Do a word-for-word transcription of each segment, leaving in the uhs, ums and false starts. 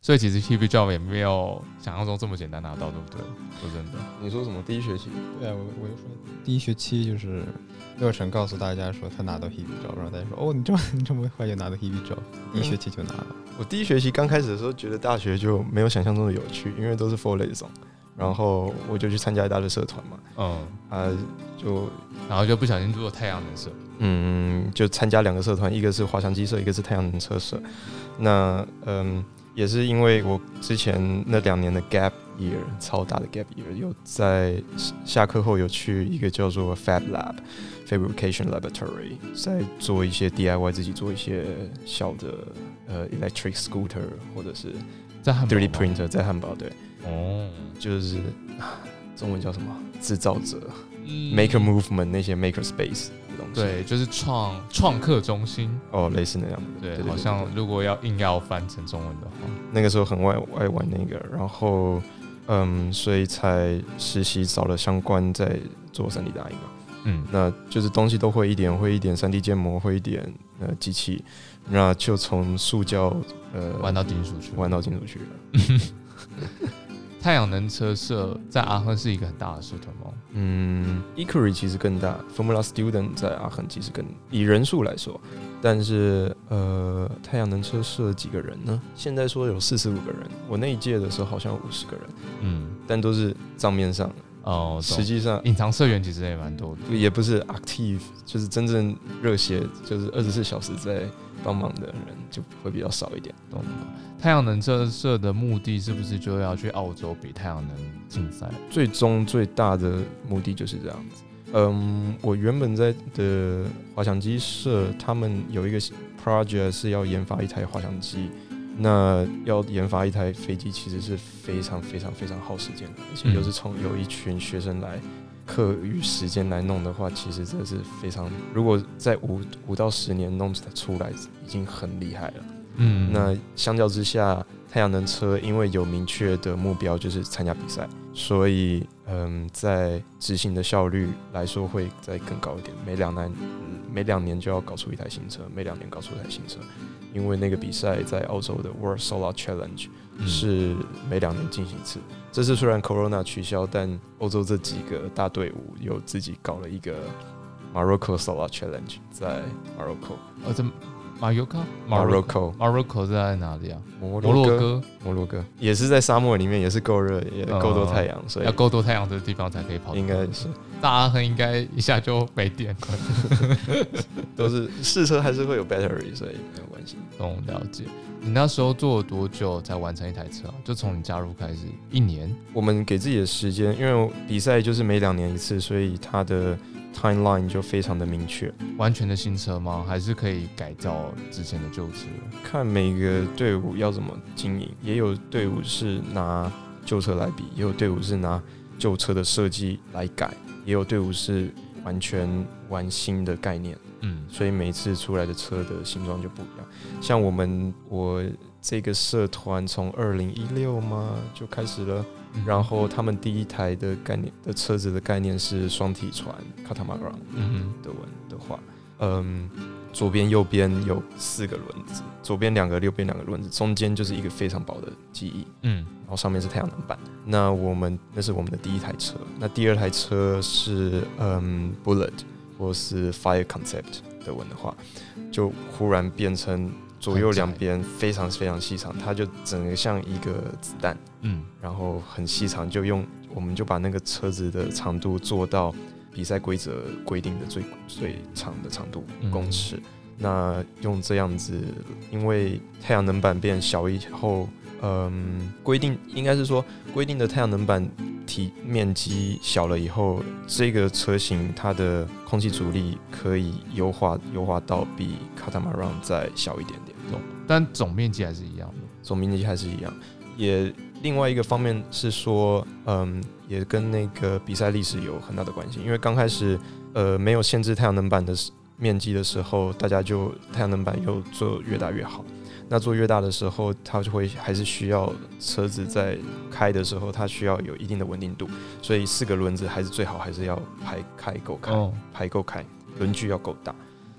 所以其实 Heavy Job 也没有想象中这么简单拿到，对不对？说真的， 你说什么第一学期？ 对啊，我我就说第一学期就是六成告诉大家说他拿到 Heavy Job， 然后大家说哦，你这么你这么快就拿到 Heavy Job， 第一学期就拿了。 我第一学期刚开始的时候，觉得大学就没有想象中的有趣，因为都是 four类种，然后我就去参加一大堆社团嘛，嗯，啊，就然后就不小心入了太阳能社， 嗯，就参加两个社团，一个是滑翔机社，一个是太阳能车社。那嗯，也是因为我之前那两年的 gap year， 超大的 gap year， 有在下课后有去一个叫做 Fab Lab。Fabrication Laboratory 在做一些 D I Y， 自己做一些小的呃 electric scooter 或者是 三 D printer， 在汉堡，对，哦，就是中文叫什么制造者、嗯、，maker movement 那些 maker space 的东西， 对，就是创创客中心， 哦，类似那样的， 对，对对对对，好像如果要硬要翻成中文的话， 那个时候很爱爱玩那个，然后嗯，所以才实习找了相关在做 三 D 打印嘛。嗯，那就是东西都会一点，会一点 三 D 建模，会一点呃机器，那就从塑胶呃玩到金属去， 玩到金属去了。 太阳能车社在阿亨是一个很大的社团吗？ 嗯 ，Ecory 其实更大 ，Formula Student 在阿亨其实更以人数来说，但是呃，太阳能车社几个人呢？现在说有四十五个人，我那一届的时候好像有五十个人，嗯，但都是账面上的。哦，实际上隐藏社员其实也蛮多的， 也不是 active， 就是真正热血，就是二十四小时在帮忙的人就会比较少一点。懂了。 太阳能车社的目的是不是就要去澳洲比太阳能竞赛？ 最终最大的目的就是这样子。嗯，我原本在的滑翔机社，他们有一个 project 是要研发一台滑翔机。那要研发一台飞机其实是非常非常非常耗时间的，而且又是从有一群学生来课余时间来弄的话，其实这是非常，如果在五五到十年弄出来已经很厉害了。嗯，那相较之下，太阳能车因为有明确的目标就是参加比赛，所以嗯，在执行的效率来说会再更高一点。每两年、嗯、每两年就要搞出一台新车，每两年搞出一台新车。因为那个比赛在澳洲的 World Solar Challenge 是每两年进行一次。这次虽然 Corona 取消，但欧洲这几个大队伍有自己搞了一个 Morocco Solar Challenge 在 Morocco。 哦，这马尤卡 Morocco Morocco 在哪里啊？ 摩洛哥，摩洛哥也是在沙漠里面，也是够热，也够多太阳，所以要够多太阳的地方才可以跑。 应该是大阿亨应该一下就没电了， 都是试车还是会有 battery， 所以没有关系。 懂，了解。你那时候做了多久才完成一台车啊？就从你加入开始，一年？ 我们给自己的时间，因为比赛就是每两年一次，所以它的 timeline 就非常的明确。 完全的新车吗？还是可以改造之前的旧车？ 看每个队伍要怎么经营，也有队伍是拿旧车来比，也有队伍是拿旧车的设计来改，也有队伍是完全玩新的概念。嗯，所以每次出来的车的形状就不一样。像我们我这个社团从二零一六嘛就开始了。然后他们第一台的概念的车子的概念是双体船 catamaran 的文的话，嗯，左边右边有四个轮子，左边两个，右边两个轮子，中间就是一个非常薄的机翼，嗯，然后上面是太阳能板。那我们那是我们的第一台车，那第二台车是嗯 bullet 或是 fire concept 的文的话，就忽然变成。左右两边非常非常细长，它就整个像一个子弹，嗯，然后很细长，就用我们就把那个车子的长度做到比赛规则规定的最最长的长度五公尺。嗯、那用这样子，因为太阳能板变小以后，嗯，规定应该是说规定的太阳能板体面积小了以后，这个车型它的空气阻力可以优化优化到比 Catamaran 再小一点点。 但总面积还是一样的， 总面积还是一样。也另外一个方面是说，嗯，也跟那个比赛历史有很大的关系。因为刚开始，呃，没有限制太阳能板的面积的时候，大家就太阳能板又做越大越好。那做越大的时候，它就会还是需要车子在开的时候，它需要有一定的稳定度，所以四个轮子还是最好，还是要排开够开，排够开，轮距要够大。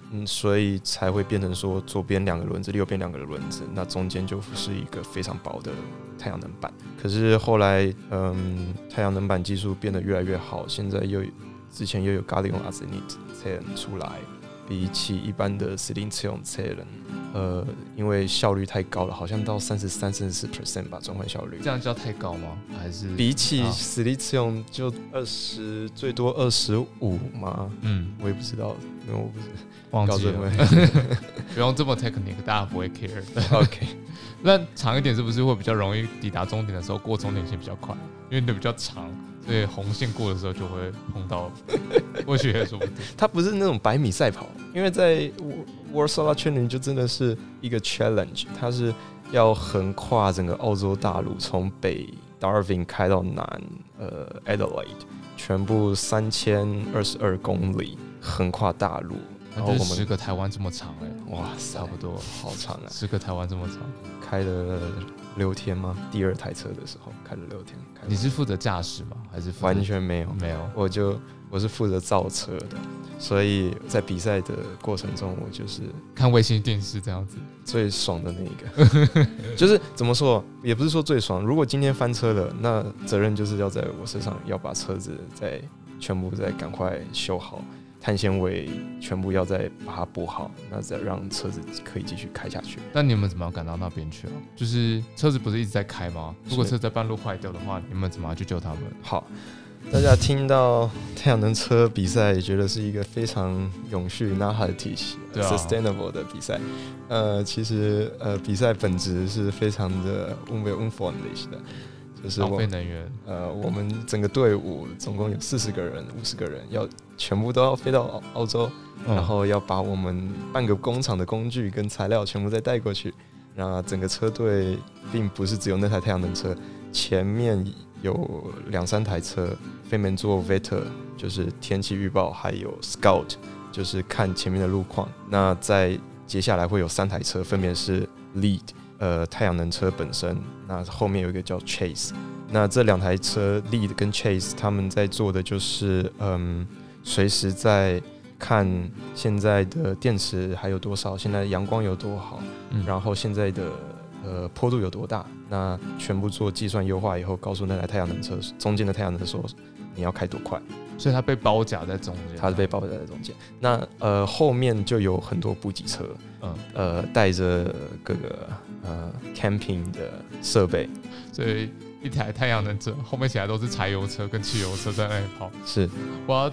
嗯，所以才会变成说左边两个轮子，右边两个轮子，那中间就是一个非常薄的太阳能板。可是后来，嗯，太阳能板技术变得越来越好，现在又之前又有 Gallium Arsenide 才能出来，比起一般的 Silicium 才能，呃，因为效率太高了，好像到三十三、三十四 percent 吧，转换效率。 这样叫太高吗？还是比起啊 Silicium 就二十，最多二十五吗？ 嗯， 我也不知道，因为我不是忘记了， 高不用这么 technical， 大家不会 care 的。 OK， 那长一点是不是会比较容易抵达终点的时候过终点线比较快？因为你的比较长，所以红线过的时候就会碰到，或许也说不定。 它不是那种百米赛跑，因为在 World Solar Challenge 就真的是一个 challenge， 它是要横跨整个澳洲大陆，从北 Darwin 开到南呃 Adelaide， 全部三千二十二公里，横跨大陆。 然后我们十个台湾这么长哎、欸， 哇塞， 差不多好长啊！ 十个台湾这么长， 开了六天吗？第二台车的时候开了六天。 你是负责驾驶吗？还是完全没有？ 没有， 我就我是负责造车的，所以在比赛的过程中，我就是看卫星电视这样子， 最爽的那一个。就是怎么说，也不是说最爽。如果今天翻车了，那责任就是要在我身上，要把车子再全部再赶快修好。碳纤维全部要再把它补好，那再让车子可以继续开下去。 那你们怎么样赶到那边去啊？就是车子不是一直在开吗？如果车在半路坏掉的话，你们怎么样去救他们？ 好，大家听到太阳能车比赛，觉得是一个非常永续、纳哈的体系、啊、sustainable 的比赛。呃，其实呃，比赛本质是非常的 unfreundlich 的。就是浪费能源。 呃，我们整个队伍总共有四十个人、五十个人，要全部都要飞到澳洲，嗯、然后要把我们半个工厂的工具跟材料全部再带过去。那整个车队并不是只有那台太阳能车，前面有两三台车，分别做 Vetter， 就是天气预报，还有 Scout， 就是看前面的路况。那在接下来会有三台车，分别是 Lead。呃，太阳能车本身，那后面有一个叫 Chase， 那这两台车 Lead 跟 Chase， 他们在做的就是，嗯，随时在看现在的电池还有多少，现在阳光有多好，嗯、然后现在的呃坡度有多大，那全部做计算优化以后，告诉那台太阳能车中间的太阳能车说你要开多快。 所以它被包夹在中间， 它是被包夹在中间。那呃后面就有很多补给车，嗯，呃带着各个呃 camping 的设备， 所以一台太阳能车后面起来都是柴油车跟汽油车在那里跑。 是， 我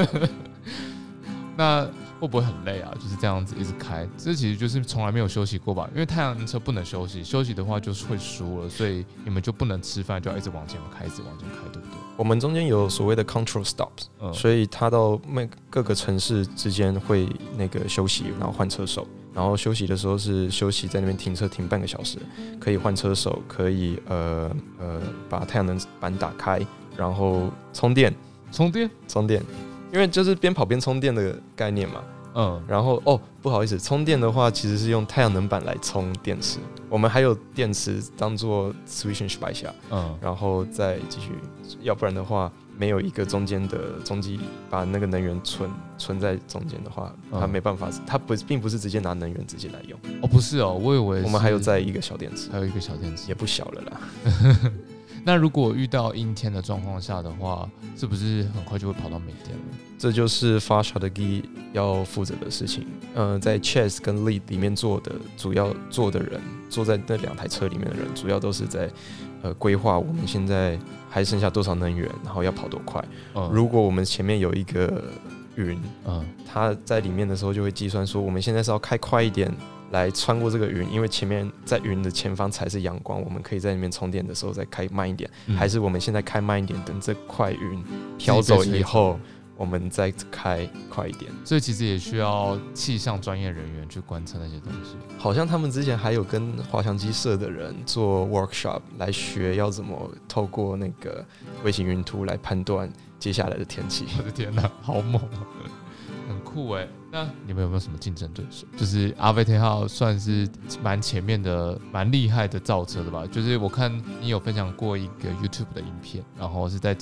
那会不会很累啊？就是这样子一直开，这其实就是从来没有休息过吧？因为太阳能车不能休息，休息的话就是会输了，所以你们就不能吃饭，就要一直往前开，一直往前开，对不对？ 我们中间有所谓的 control stops，、嗯、所以它到各个城市之间会那个休息，然后换车手。然后休息的时候是休息，在那边停车停半个小时，可以换车手，可以呃呃把太阳能板打开，然后充电， 充电， 充电，因为就是边跑边充电的概念嘛。嗯，然后哦，不好意思，充电的话其实是用太阳能板来充电池，我们还有电池当做 Zwischenspeicher， 嗯，然后再继续，要不然的话没有一个中间的中继把那个能源存存在中间的话，它没办法，它不并不是直接拿能源直接来用。 哦，不是哦，我以为我们还有在一个小电池， 还有一个小电池也不小了啦。 那如果遇到阴天的状况下的话，是不是很快就会跑到没电了？ 这就是发射的 G 要负责的事情。呃，在 Chase 跟 Lead 里面做的主要做的人，坐在那两台车里面的人，主要都是在呃规划我们现在还剩下多少能源，然后要跑多快。嗯、如果我们前面有一个云，嗯，它在里面的时候就会计算说，我们现在是要开快一点。来穿过这个云，因为前面在云的前方才是阳光，我们可以在里面充电的时候再开慢一点，嗯、还是我们现在开慢一点，等这块云飘走以后，我们再开快一点。 所以其实也需要气象专业人员去观测那些东西。 好像他们之前还有跟滑翔机社的人做 workshop 来学要怎么透过那个卫星云图来判断接下来的天气。 我的天哪，好猛！很酷哎、欸，那你们有没有什么竞争对手？就是阿飞天号算是蛮前面的、蛮厉害的造车的吧？就是我看你有分享过一个 YouTube 的影片，然后是在讲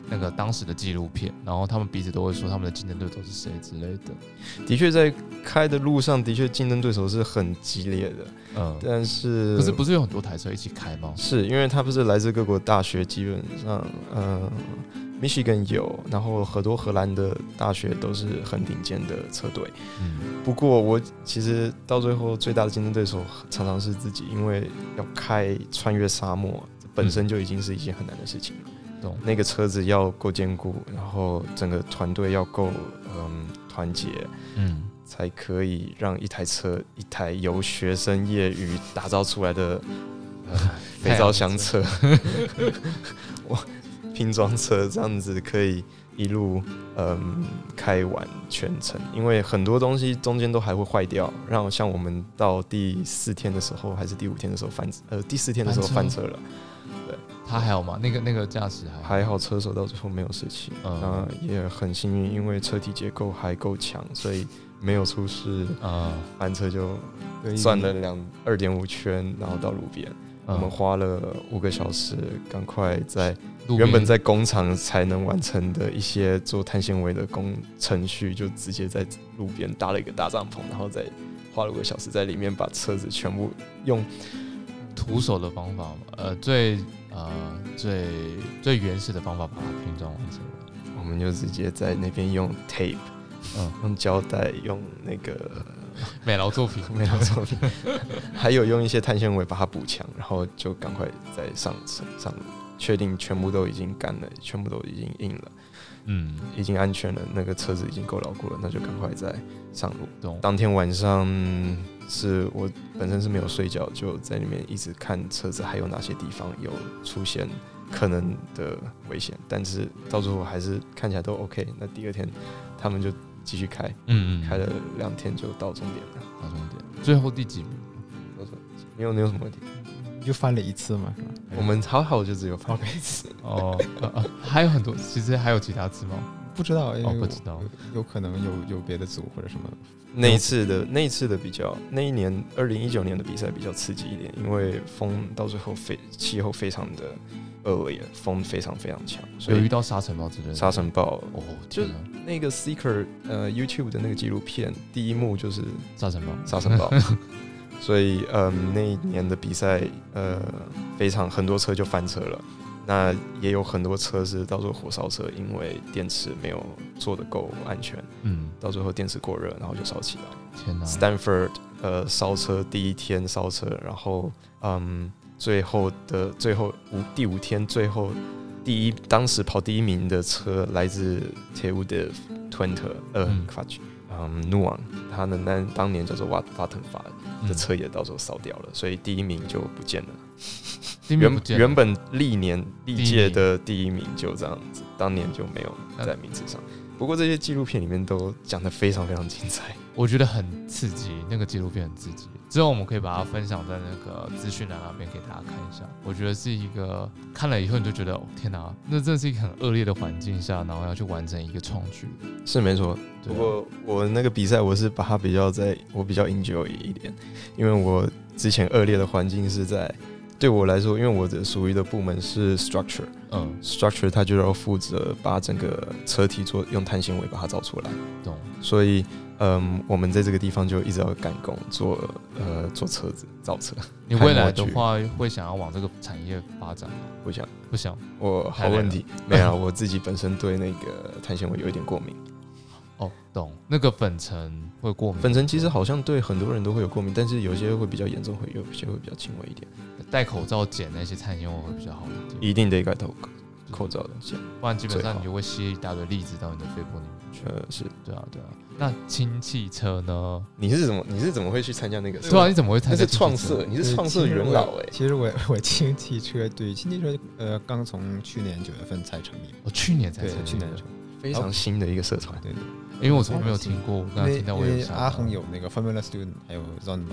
那个当时的纪录片，然后他们彼此都会说他们的竞争对手是谁之类的。 的确，在开的路上，的确竞争对手是很激烈的。嗯，但是可是不是有很多台车一起开吗？ 是因为它不是来自各国大学，基本上，呃 Michigan 有，然后很多荷兰的大学都是很顶尖的车队。嗯，不过我其实到最后最大的竞争对手常常是自己，因为要开穿越沙漠，本身就已经是一件很难的事情了。嗯，那个车子要够坚固，然后整个团队要够嗯团结，嗯，才可以让一台车，一台由学生业余打造出来的呃肥皂箱车，我。拼装车这样子可以一路嗯开完全程，因为很多东西中间都还会坏掉，让像我们到第四天的时候还是第五天的时候翻呃第四天的时候翻车了，对， 他还好吗？那个那个驾驶还好还好，车手到最后没有事情，嗯、呃，也很幸运，因为车体结构还够强，所以没有出事，啊、嗯，翻车就转了两二点五圈，然后到路边。我们花了五个小时，赶快在原本在工厂才能完成的一些做碳纤维的工程序，就直接在路边搭了一个大帐篷，然后再花了五个小时在里面把车子全部用徒手的方法，呃，最呃最最原始的方法把它拼装完成了。 我们就直接在那边用 tape，嗯，用胶带，用那个。 美劳作品， 美劳作品，还有用一些碳纤维把它补强，然后就赶快再上上路，确定全部都已经干了，全部都已经硬了，嗯，已经安全了，那个车子已经够牢固了，那就赶快再上路。当天晚上是我本身是没有睡觉，就在里面一直看车子还有哪些地方有出现可能的危险，但是到最后还是看起来都 OK。那第二天他们就继续开，嗯嗯，开了两天就到终点了。 到终点，最后第几名？ 你有你有什么问题？ 你就翻了一次嘛？ 我们好好就只有翻了一次。 哦、啊啊，还有很多，其实还有其他次吗？ 不知道， 哦，不知道， 有, 有可能有有别的组或者什么。 那一次的那一次的比较，那一年二零一九年的比赛比较刺激一点，因为风到最后非气候非常的恶劣，风非常非常强， 所以有遇到沙尘暴之类的。 沙尘暴哦， 就那个 Seeker 呃 YouTube 的那个纪录片，第一幕就是沙尘暴， 沙尘暴。所以嗯，那一年的比赛呃非常很多车就翻车了。那也有很多车是到最后火烧车，因为电池没有做得够安全，嗯，到最后电池过热，然后就烧起来。 天哪 ！Stanford 呃烧车第一天烧车，然后嗯最后的最后五第五天最后第一当时跑第一名的车来自 Tehudev Twente 呃 Quatsch 嗯 Nuang 他的那当年叫做 Vattenfall 的车也到时候烧掉了，所以第一名就不见了。原, 原本历年历届的第一名就这样子，当年就没有在名字上。不过这些纪录片里面都讲得非常非常精彩， 我觉得很刺激，那个纪录片很刺激。之后我们可以把它分享在那个资讯栏那边给大家看一下。我觉得是一个看了以后你就觉得，哦天哪，那真的是一个很恶劣的环境下，然后要去完成一个创举。 是没错，不过我那个比赛我是把它比较在我比较 enjoy 一点，因为我之前恶劣的环境是在。对我来说，因为我的属于的部门是 structure， 嗯 ，structure 它就要负责把整个车体做用碳纤维把它造出来，懂。所以，嗯，我们在这个地方就一直要赶工做呃做车子造车。 你未来的话会想要往这个产业发展吗？ 不想， 不想。 我好问题，没有，我自己本身对那个碳纤维有一点过敏。 哦，懂。那个粉尘会过敏？ 粉尘其实好像对很多人都会有过敏，但是有些会比较严重，会有些会比较轻微一点。 戴口罩剪那些碳纤维会比较好一点。 一定得戴口罩的剪， 不然基本上你就会吸一大堆粒子到你的肺部里面去。 呃，是， 对啊，对啊。那氢气车呢？ 你是怎么你是怎么会去参加那个？ 对啊，你怎么会参加？ 那是创社，你是创社元老哎。 其实我我氢气车对氢气车呃刚从去年九月份才成立。 哦，去年才成立， 去年成立， 非常新的一个社团。 对对。 因为我从来没有听过，我刚才听到我有阿恒有那个 Formula Student， 还有 Zonba，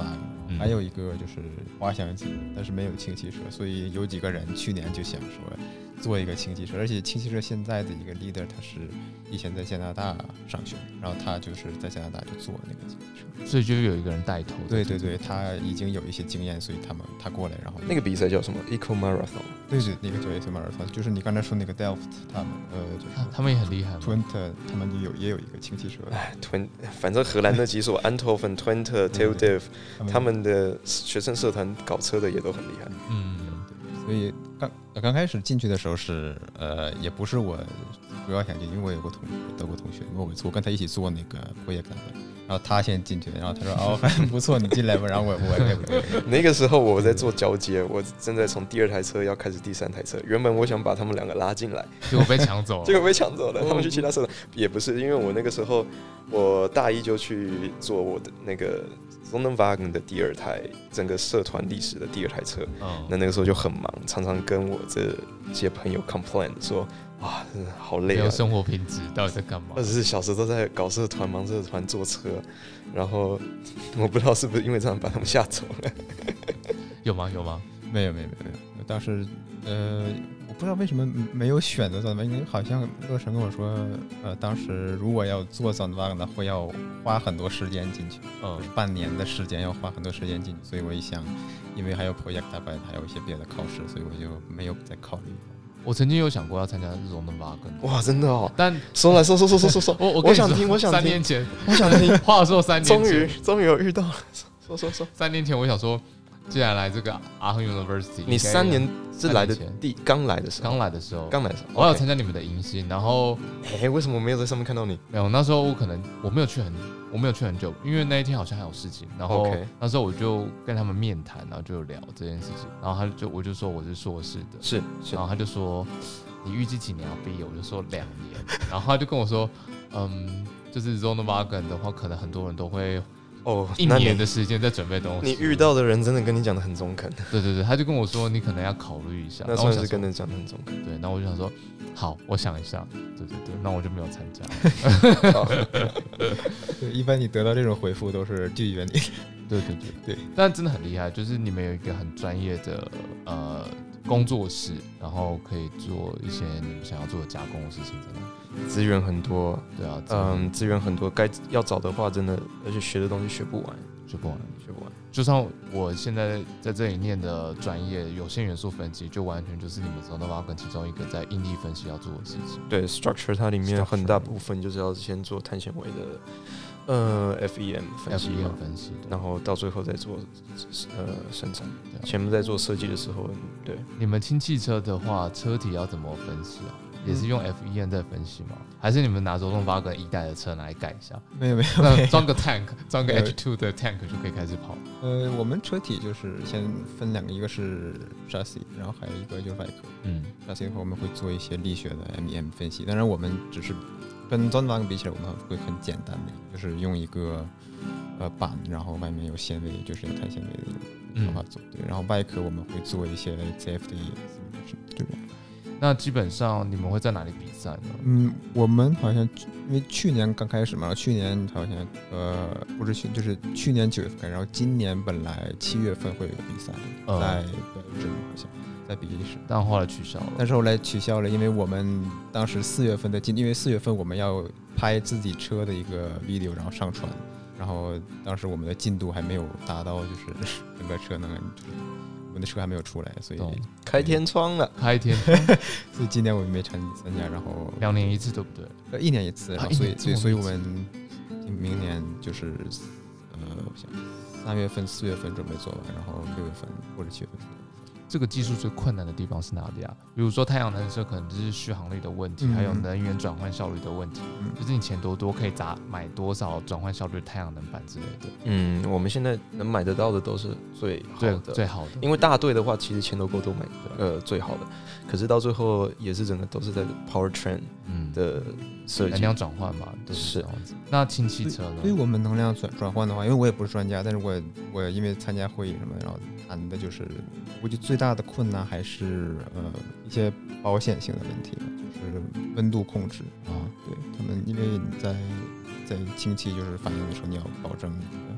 嗯、 还有一个就是滑翔机，但是没有氢气车，所以有几个人去年就想说做一个氢气车，而且氢气车现在的一个 leader 他是以前在加拿大上学，然后他就是在加拿大就做那个氢气车， 所以就有一个人带头。 对对对，他已经有一些经验，所以他们他过来，然后那个比赛叫什么 Eco Marathon？ 对对，那个叫 Eco Marathon， 就是你刚才说那个 Delft 他们呃，就是他他们也很厉害 ，Twente 他们有也有一个氢气车。 哎 ，Twente 反正荷兰那几所 Eindhoven Twente、Tilde， 他们的学生社团搞车的也都很厉害。 嗯。 所以刚刚开始进去的时候是呃，也不是我主要想进，因为我有个同学，德国同学，因为我我跟他一起做那个 project， 然后他先进去，然后他说哦很不错，你进来吧，然后我我也不对。 那个时候我在做交接，我正在从第二台车要开始第三台车，原本我想把他们两个拉进来， 结果被抢走了， 结果被抢走了，他们去其他社团，也不是因为我那个时候我大一就去做我的那个。Zonenwagen 的第二台，整个社团历史的第二台车，哦、那那个时候就很忙，常常跟我这些朋友 complain 说，哇，真的好累啊！ 没有生活品质，到底在干嘛？ 二十四小时都在搞社团、忙社团、坐车，然后我不知道是不是因为这样把他们吓走了。 有吗？有吗？ 没有，没有，没有。当时，呃。不知道为什么没有选择 Zonenwagen， 因为好像乐成跟我说，呃，当时如果要做 Zonenwagen 的话，要花很多时间进去，嗯，半年的时间要花很多时间进去，所以我一想，因为还有 project， 还有一些别的考试，所以我就没有再考虑。 我曾经有想过要参加这种 Zonenwagen， 哇，真的哦！ 但说来说说说说说说， 我我我想听，我想听。 三年前， 我想听。 话说三年前， 终于终于有遇到了。说说说， 三年前我想说。既然来这个阿亨 University， 你三年是来的第刚来的时候， 刚来的时候， 刚来的时候， 我有参加你们的迎新，然后， 哎、欸，为什么没有在上面看到你？ 没有，那时候我可能我没有去很，我没有去很久，因为那一天好像还有事情，然后 okay. 那时候我就跟他们面谈，然后就聊这件事情，然后他就我就说我是硕士的， 是，是然后他就说你预计几年要毕业？我就说两年，然后他就跟我说，嗯，就是 Zonenwagen 的话，可能很多人都会。哦，一年的时间在准备东西。 你遇到的人真的跟你讲的很中肯。 对对对，他就跟我说，你可能要考虑一下。 那算是跟人讲的很中肯。 对，然后我就想说，好，我想一下。对对对，那我就没有参加。 对，一般你得到这种回复都是拒绝你。 对对对对，但真的很厉害，就是你们有一个很专业的呃工作室，然后可以做一些你们想要做的加工的事情，真的。 资源很多， 对啊， 嗯，资源很多，该要找的话，真的，而且学的东西学不完， 学不完， 学不完。 就像我现在在这里念的专业有限元素分析，就完全就是你们Zonenwagen其中一个在应力分析要做的事情。 对 ，structure 它里面很大部分就是要先做碳纤维的，呃 ，F E M 分析 ，F E M 分析， 然后到最后再做呃生产。前面在做设计的时候，对。 你们氢气车的话，车体要怎么分析啊？也是用 F E M 在分析吗？还是你们拿Zonenwagen一代的车来改一下？ 没有没有，没有装个 tank， 装个 H 二 的 tank 就可以开始跑。 呃，我们车体就是先分两个，一个是 chassis， 然后还有一个就是外壳。嗯 ，chassis 我们会做一些力学的 M E M 分析，当然我们只是跟Zonenwagen比起来，我们会很简单的，就是用一个呃板，然后外面有纤维，就是有碳纤维的方法做。嗯、对，然后外壳我们会做一些 C F D， 对吧？ 那基本上你们会在哪里比赛呢？ 嗯，我们好像因为去年刚开始嘛，去年好像呃不是去，就是去年九月份，然后今年本来七月份会有个比赛，嗯、在北京好像在比利时， 但后来取消了。 但是后来取消了，因为我们当时四月份的进，因为四月份我们要拍自己车的一个 video， 然后上传，然后当时我们的进度还没有达到，就是整个车能就是。我们的车还没有出来，所以开天窗了， 开天窗， 所以今年我们没参参加，然后两年一次，对不对？ 呃，一年一次，然后所以所以所以我们明年就是呃，我想三月份、四月份准备做完，然后六月份或者七月份。 这个技术最困难的地方是哪里啊？比如说太阳能车可能就是续航力的问题，嗯、还有能源转换效率的问题，嗯、就是你钱多多可以砸买多少转换效率的太阳能板之类的。 嗯，我们现在能买得到的都是最好的， 最好的。 因为大队的话，其实钱都够都买呃最好的，可是到最后也是整个都是在 powertrain 的设计， 能量转换嘛，都是这样子。那氢气车呢？ 对于我们能量转转换的话，因为我也不是专家，但是我我因为参加会议什么，然后谈的就是，估计最大的困难还是呃一些保险性的问题吧，就是温度控制啊，对他们，因为你在在氢气就是反应的时候，你要保证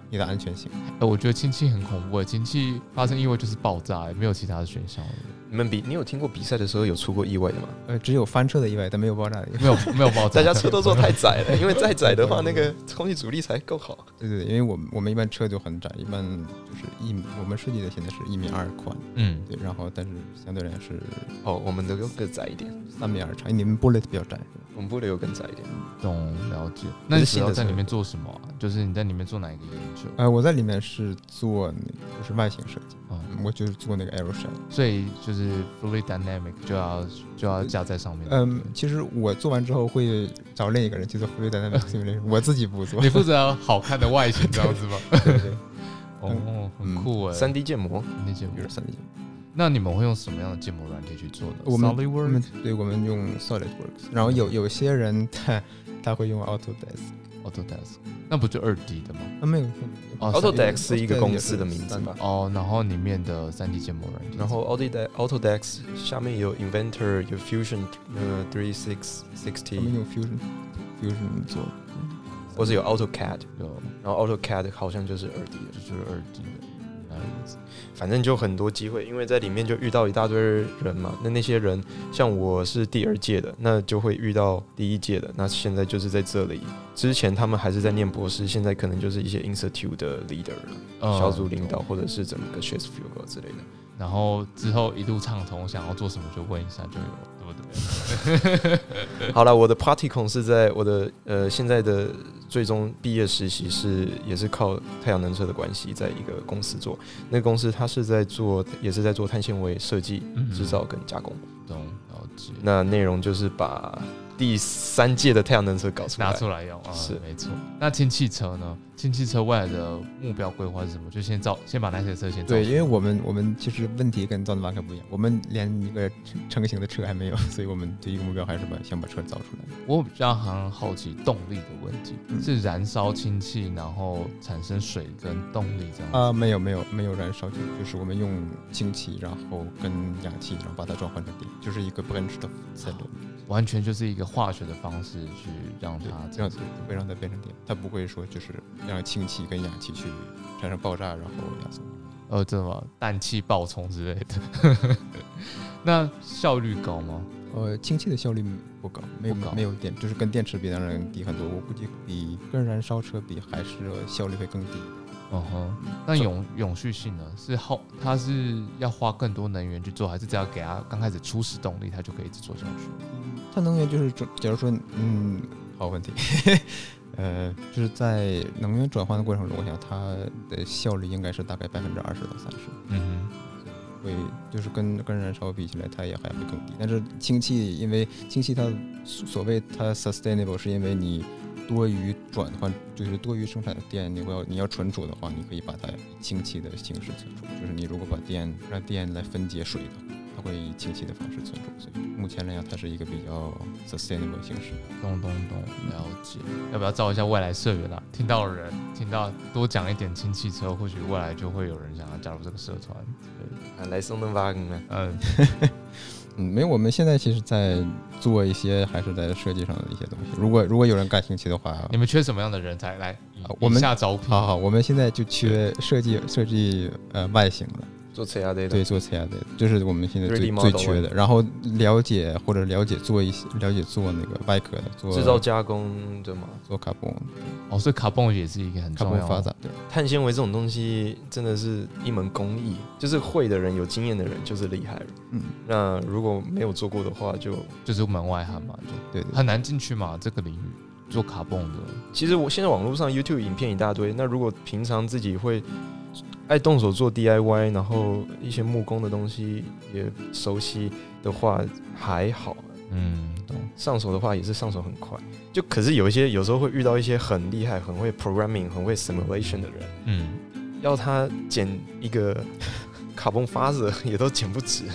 你的安全性。 哎，我觉得氢气很恐怖，氢气发生意外就是爆炸，没有其他的选项了。 你们比你有听过比赛的时候有出过意外的吗？ 呃，只有翻车的意外，但没有爆炸的意外。 没有没有爆炸， 大家车都坐太窄了，因为再窄的话，那个空气阻力才够好。 对对对，因为我们我们一般车就很窄，一般就是一我们设计的现在是一米二宽， 嗯， 对，然后但是相对来说是哦，我们的更窄一点， 三米二长，你们 bullet 比较窄， 我们玻璃有更窄一点。 懂了解。那你主要在里面做什么、啊？就是你在里面做哪一个研究？ 呃，我在里面是做那个就是外形设计， 嗯， 我就是做那个 aero shell， 所以就是 fluid dynamic 就要就要架在上面。 嗯，其实我做完之后会找另一个人去做 fluid dynamic simulation， 我自己不做。 你负责好看的外形这样子吗？ 对对。 哦，很酷哎、欸！ 三 D 建模， 三 D 建模， 三 D 建模。 那你们会用什么样的建模软体去做的？ 我们 SolidWorks， 我们对，我们用 SolidWorks， 然后有有些人他他会用 Autodesk。Autodesk， 那不就二 D 的吗？ 啊，没有。 哦 Autodesk 是一个公司的名字吧？ 哦，然后里面的三 D 建模软体， 然后 Autodesk 下面有 Inventor， 有 Fusion， 呃 ，three six sixty， 我们用 Fusion Fusion 做， 或者有 AutoCAD， 有， 然后 AutoCAD 好像就是二 D 的， 就是二 D 的。 反正就很多机会，因为在里面就遇到一大堆人嘛。那那些人，像我是第二届的，那就会遇到第一届的。那现在就是在这里，之前他们还是在念博士，现在可能就是一些 institute 的 leader 了，嗯、小组领导或者是整个 chess field 之类的。 然后之后一路畅通，想要做什么就问一下就有，对不对？ 好了，我的 practicum 是在我的呃现在的最终毕业实习是也是靠太阳能车的关系，在一个公司做。那个公司它是在做，也是在做碳纤维设计、制造跟加工。 懂，了解。 那内容就是把第三届的太阳能车搞出来， 拿出来用啊， 是没错。那氢气车呢？氢气车未来的目标规划是什么？就先造，先把那些车先造。 对，因为我们我们其实问题跟造的完全不一样，我们连一个成型的车还没有，所以我们对一个目标还是把先把车造出来。 我比较很好奇动力的问题， 嗯、 是燃烧氢气，然后产生水跟动力这样子。 啊、呃，没有没有没有燃烧，就是我们用氢气，然后跟氧气，然后把它转换成电，就是一个 branch 的赛轮。 完全就是一个化学的方式去让它这样子会让它变成电，它不会说就是让氢气跟氧气去产生爆炸，然后压缩。 呃，这么氮气爆冲之类的。那效率高吗？ 呃，氢气的效率不高，没有不高没有电，就是跟电池比当然低很多。我估计比跟燃烧车比，还是效率会更低。 嗯哼，那永永续性呢？是后它是要花更多能源去做，还是只要给它刚开始初始动力，它就可以一直做下去？ 它能源就是，假如说，嗯，好问题，呃，就是在能源转换的过程中，我想它的效率应该是大概百分之二十到三十。 嗯哼， 会就是跟跟燃烧比起来，它也还会更低。但是氢气，因为氢气它所谓它 sustainable， 是因为你多余转换，就是多余生产的电，你要你要存储的话，你可以把它以氢气的形式存储。就是你如果把电让电来分解水的话，它会以氢气的方式存储。所以目前来讲，它是一个比较 sustainable 形式。 懂懂懂，了解。要不要招一下未来社员啊？听到的人听到多讲一点氢气车，或许未来就会有人想要加入这个社团。 啊，来送灯发呢？ 嗯。 嗯，没有，我们现在其实在做一些还是在设计上的一些东西。如果如果有人感兴趣的话， 你们缺什么样的人才来？ 我们下招聘。 好好，我们现在就缺设计设计呃外形的， 做 C A D 的， 对，做 C A D 的，就是我们现在最最缺的。然后了解或者了解做一些了解做那个外壳的，做制造加工的嘛， 做卡泵。 哦，所以卡泵也是一个很重要的发展。对， 碳纤维这种东西真的是一门工艺，就是会的人、有经验的人就是厉害了。嗯，那如果没有做过的话就，就就是门外汉嘛，就对对， 很难进去嘛，这个领域做卡泵的。 其实我现在网络上 YouTube 影片一大堆，那如果平常自己会爱动手做 D I Y， 然后一些木工的东西也熟悉的话还好。嗯，懂。上手的话也是上手很快，就可是有一些有时候会遇到一些很厉害、很会 programming、很会 simulation 的人，嗯，要他剪一个卡泵发射也都剪不直。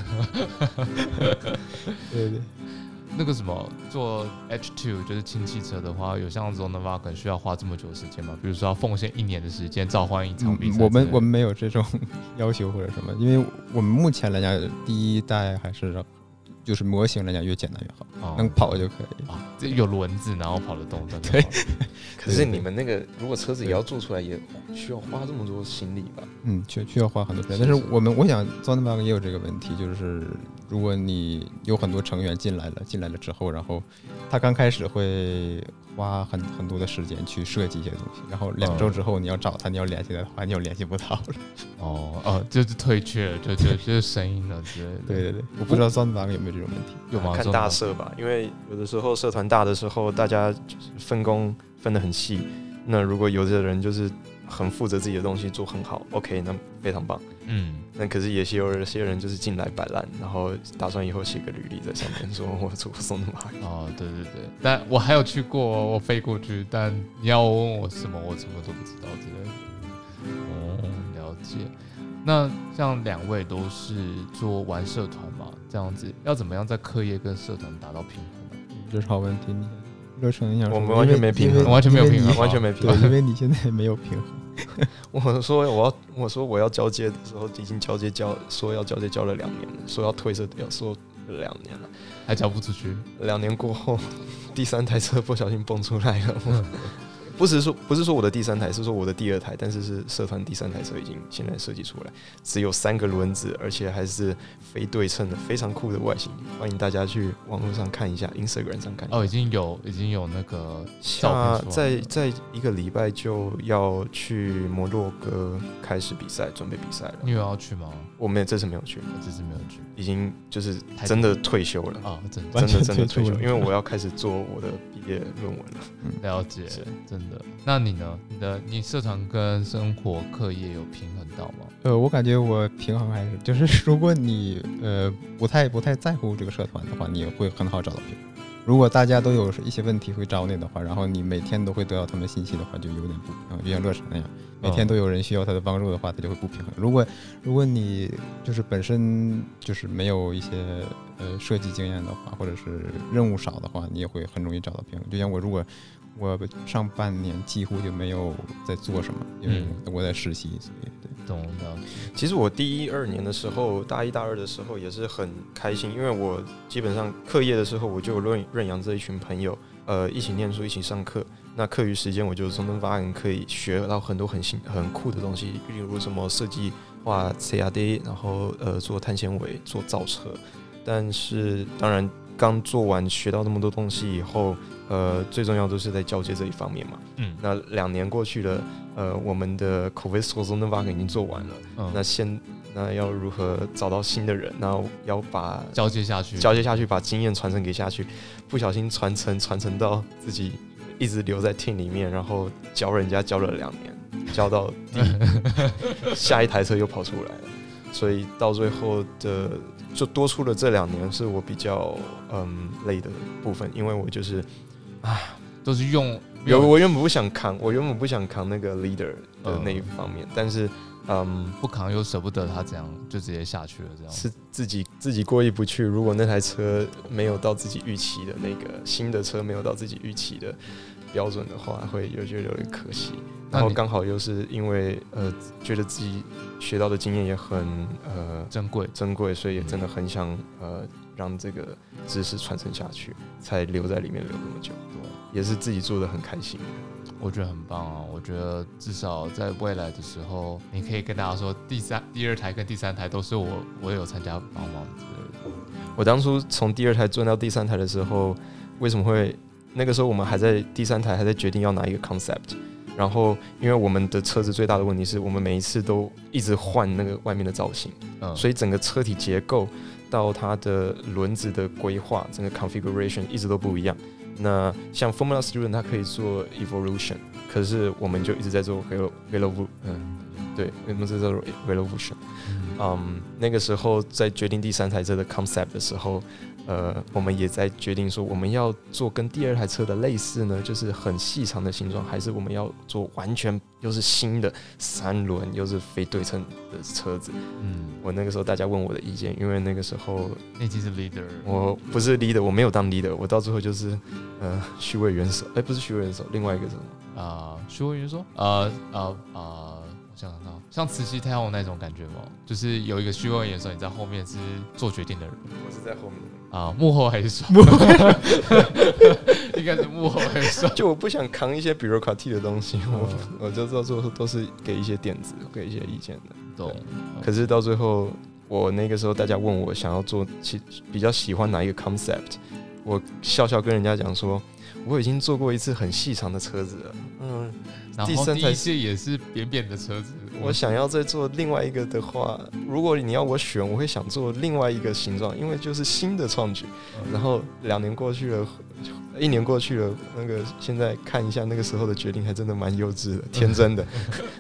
对对。 那个什么做 H 二 就是氢气车的话，有像 Zonavac 需要花这么久的时间吗？比如说要奉献一年的时间召唤一场比赛、嗯？ 我们我们没有这种要求或者什么，因为我们目前来讲，第一代还是就是模型来讲越简单越好， 哦、 能跑就可以啊，这有轮子然后跑得动， 对。 可是你们那个如果车子也要做出来，也需要花这么多心力吧？ 嗯，需需要花很多时间。但是我们我想 Zondervan 也有这个问题，就是如果你有很多成员进来了，进来了之后，然后他刚开始会花很很多的时间去设计一些东西，然后两周之后你要找他，你要联系他的话，你又联系不到了。 哦哦，就是退却了，就就就是声音了之类的。 对对对，我不知道 Zondervan 有没有这种问题。 有吗？ 看大社吧，因为有的时候社团大的时候，大家分工分得很细。那如果有的人就是很负责自己的东西做很好 ，OK， 那非常棒。嗯，那可是也是有些人就是进来摆烂，然后打算以后写个履历在上面说我做过送的马。 哦，对对对，但我还有去过，我飞过去，但你要问我什么，我什么都不知道之类的。哦，了解。那像两位都是做玩社团嘛，这样子要怎么样在课业跟社团达到平衡呢？ 这是好问题，你热成想说， 我们完全没平衡， 完全没有平衡， 完全没平衡， 因为你现在没有平衡。 我说我要我说我要交接的时候，已经交接交说要交接交了两年了，说要退社要说两年了， 还交不出去。 两年过后，第三台车不小心蹦出来了。不是说不是说我的第三台，是说我的第二台，但是是社团第三台车已经现在设计出来，只有三个轮子，而且还是非对称的，非常酷的外形。欢迎大家去网络上看一下 ，Instagram 上看一下。 哦，已经有已经有那个照片出来了。 在在一个礼拜就要去摩洛哥开始比赛，准备比赛了。 你有要去吗？ 我们这次没有去， 我这次没有去， 已经就是真的退休了啊，真的真的真的退休，因为我要开始做我的毕业论文了。 嗯、了解，真的。那你呢？你的你社团跟生活课业有平衡到吗？ 呃，我感觉我平衡还是就是，如果你呃不太不太在乎这个社团的话，你也会很好找到平衡。如果大家都有一些问题会找你的话，然后你每天都会得到他们信息的话，就有点不平衡。就像乐成那样，每天都有人需要他的帮助的话，他就会不平衡。如果如果你就是本身就是没有一些呃设计经验的话，或者是任务少的话，你也会很容易找到平衡。就像我如果我上半年几乎就没有在做什么，因为我在实习，所以对。 懂的。 其实我第一二年的时候，大一大二的时候也是很开心，因为我基本上课业的时候，我就有认认养这一群朋友，呃，一起念书，一起上课。那课余时间，我就从中发现可以学到很多很新、很酷的东西，例如什么设计、画 C A D， 然后呃做碳纤维、做造车。但是当然，刚做完学到那么多东西以后，呃，最重要都是在交接这一方面嘛。嗯，那两年过去了，呃，我们的 Covesto Zondervan 已经做完了。嗯，那现那要如何找到新的人？然后要把交接下去， 交接下去，把经验传承给下去。不小心传承传承到自己一直留在 team 里面，然后教人家教了两年，教到第下一台车又跑出来了。所以到最后的就多出了这两年是我比较嗯累的部分，因为我就是啊都是用有我原本不想扛，我原本不想扛那个 leader 的那一方面，嗯、但是嗯不扛又舍不得他这样就直接下去了，这样是自己自己过意不去。如果那台车没有到自己预期的那个新的车没有到自己预期的标准的话，会有觉得有点可惜。然后刚好又是因为呃觉得自己学到的经验也很呃珍贵珍贵，所以也真的很想呃让这个知识传承下去，才留在里面留那么久。也是自己做的很开心。 我觉得很棒啊！我觉得至少在未来的时候，你可以跟大家说，第三、第二台跟第三台都是我，我有参加帮忙之类的。 我当初从第二台转到第三台的时候，为什么会那个时候我们还在第三台还在决定要哪一个 concept， 然后因为我们的车子最大的问题是我们每一次都一直换那个外面的造型，嗯、所以整个车体结构到它的轮子的规划，整个 configuration 一直都不一样。那像 Formula Student 它可以做 evolution， 可是我们就一直在做 revolution， 嗯，对，我们在做 revolution。嗯，那个时候在决定第三台车的 concept 的时候，呃，我们也在决定说我们要做跟第二台车的类似呢，就是很细长的形状，还是我们要做完全又是新的三轮又是非对称的车子。嗯，我那个时候大家问我的意见，因为那个时候那期是 leader， 我不是 leader， 我没有当 leader， 我到最后就是呃虚位元首，哎、欸，不是虚位元首，另外一个是什么啊？虚位元首？呃呃呃。 想到像慈禧太后那种感觉吗？就是有一个虚构演说，你在后面是做决定的人。 我是在后面啊，幕后黑手，应该是幕后黑手。 就我不想扛一些 bureaucracy 的东西，我我就到最后都是给一些点子，给一些意见的。 懂。 可是到最后，我那个时候大家问我想要做，其比较喜欢哪一个 concept， 我笑笑跟人家讲说，我已经做过一次很细长的车子了，嗯， 然后第一届也是扁扁的车子。 我想要再做另外一个的话，如果你要我选，我会想做另外一个形状，因为就是新的创举。然后两年过去了，一年过去了，那个现在看一下那个时候的决定，还真的蛮幼稚的、天真的，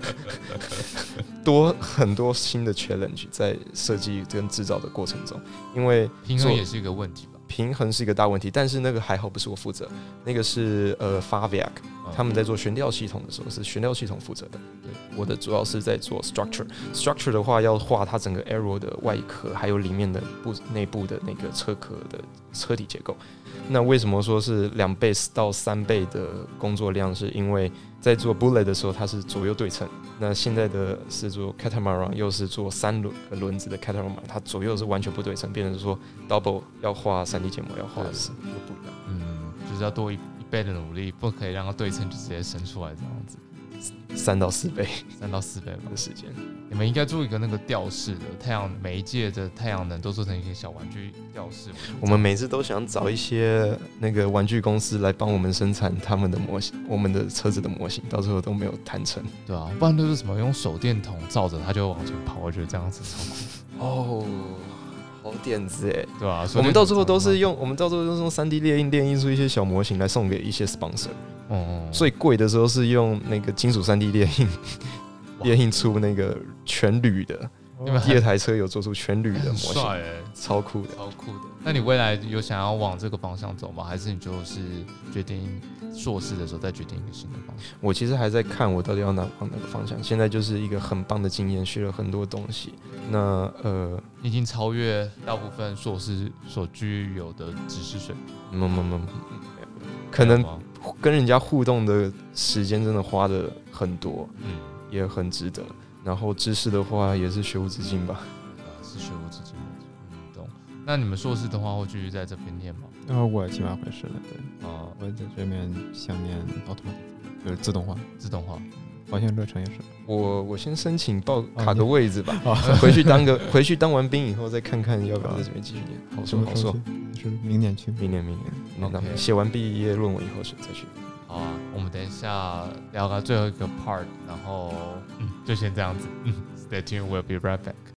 多很多新的 challenge 在设计跟制造的过程中，因为平衡也是一个问题吧。 平衡是一个大问题，但是那个还好不是我负责，那个是呃 Faviac 他们在做悬吊系统的时候是悬吊系统负责的。对，我的主要是在做 structure。structure 的话要画它整个 Aero 的外壳，还有里面的部内部的那个车壳的车体结构。那为什么说是两倍到三倍的工作量？是因为在做 Bullet 的时候它是左右对称，那现在的是做 Catamaran 又是做三轮轮子的 Catamaran， 它左右是完全不对称，变成说 double 要画 三 D 建模要画的是又不一样。 嗯，就是要多一倍的努力，不可以让它对称就直接生出来这样子。 三到四倍， 三到四倍的时间。 你们应该做一个那个吊饰的太阳，每一届的太阳能都做成一个小玩具吊饰。 我们每次都想找一些那个玩具公司来帮我们生产他们的模型，我们的车子的模型，到最后都没有谈成。 对啊，不然都是什么用手电筒照着它就往前跑，我觉得这样子超酷。 哦。好点子哎， 对啊， 我们到最后都是用，我们到最后都是用 三 D 列印列印出一些小模型来送给一些 sponsor。哦，最贵的时候是用那个金属 三 D 列印，列印出那个全铝的。第二台车有做出全铝的模型， 欸、 超酷的， 超酷的。那你未来有想要往这个方向走吗？还是你就是决定硕士的时候再决定一个新的方向？ 我其实还在看我到底要哪往哪个方向。现在就是一个很棒的经验，学了很多东西。那呃， 已经超越大部分硕士所具有的知识水平。 嗯嗯嗯，可能跟人家互动的时间真的花的很多，嗯，也很值得。然后知识的话也是学无止境吧， 是学无止境的，嗯，懂。那你们硕士的话会继续在这边念吗？ 然后我起码会是的，对。啊，我在这边想念 automatic， 就是自动化， 自动化。 保险热忱也是。 我我先申请报卡个位置吧，哦、回去当个回去当完兵以后再看看要不要在这边继续念。好说好说， 是明年去， 明年明年。OK， 写完毕业论文以后再去。 好啊，我们等一下聊个最后一个 part， 然后嗯，就先这样子。嗯 ，Stay tuned, we'll be right back.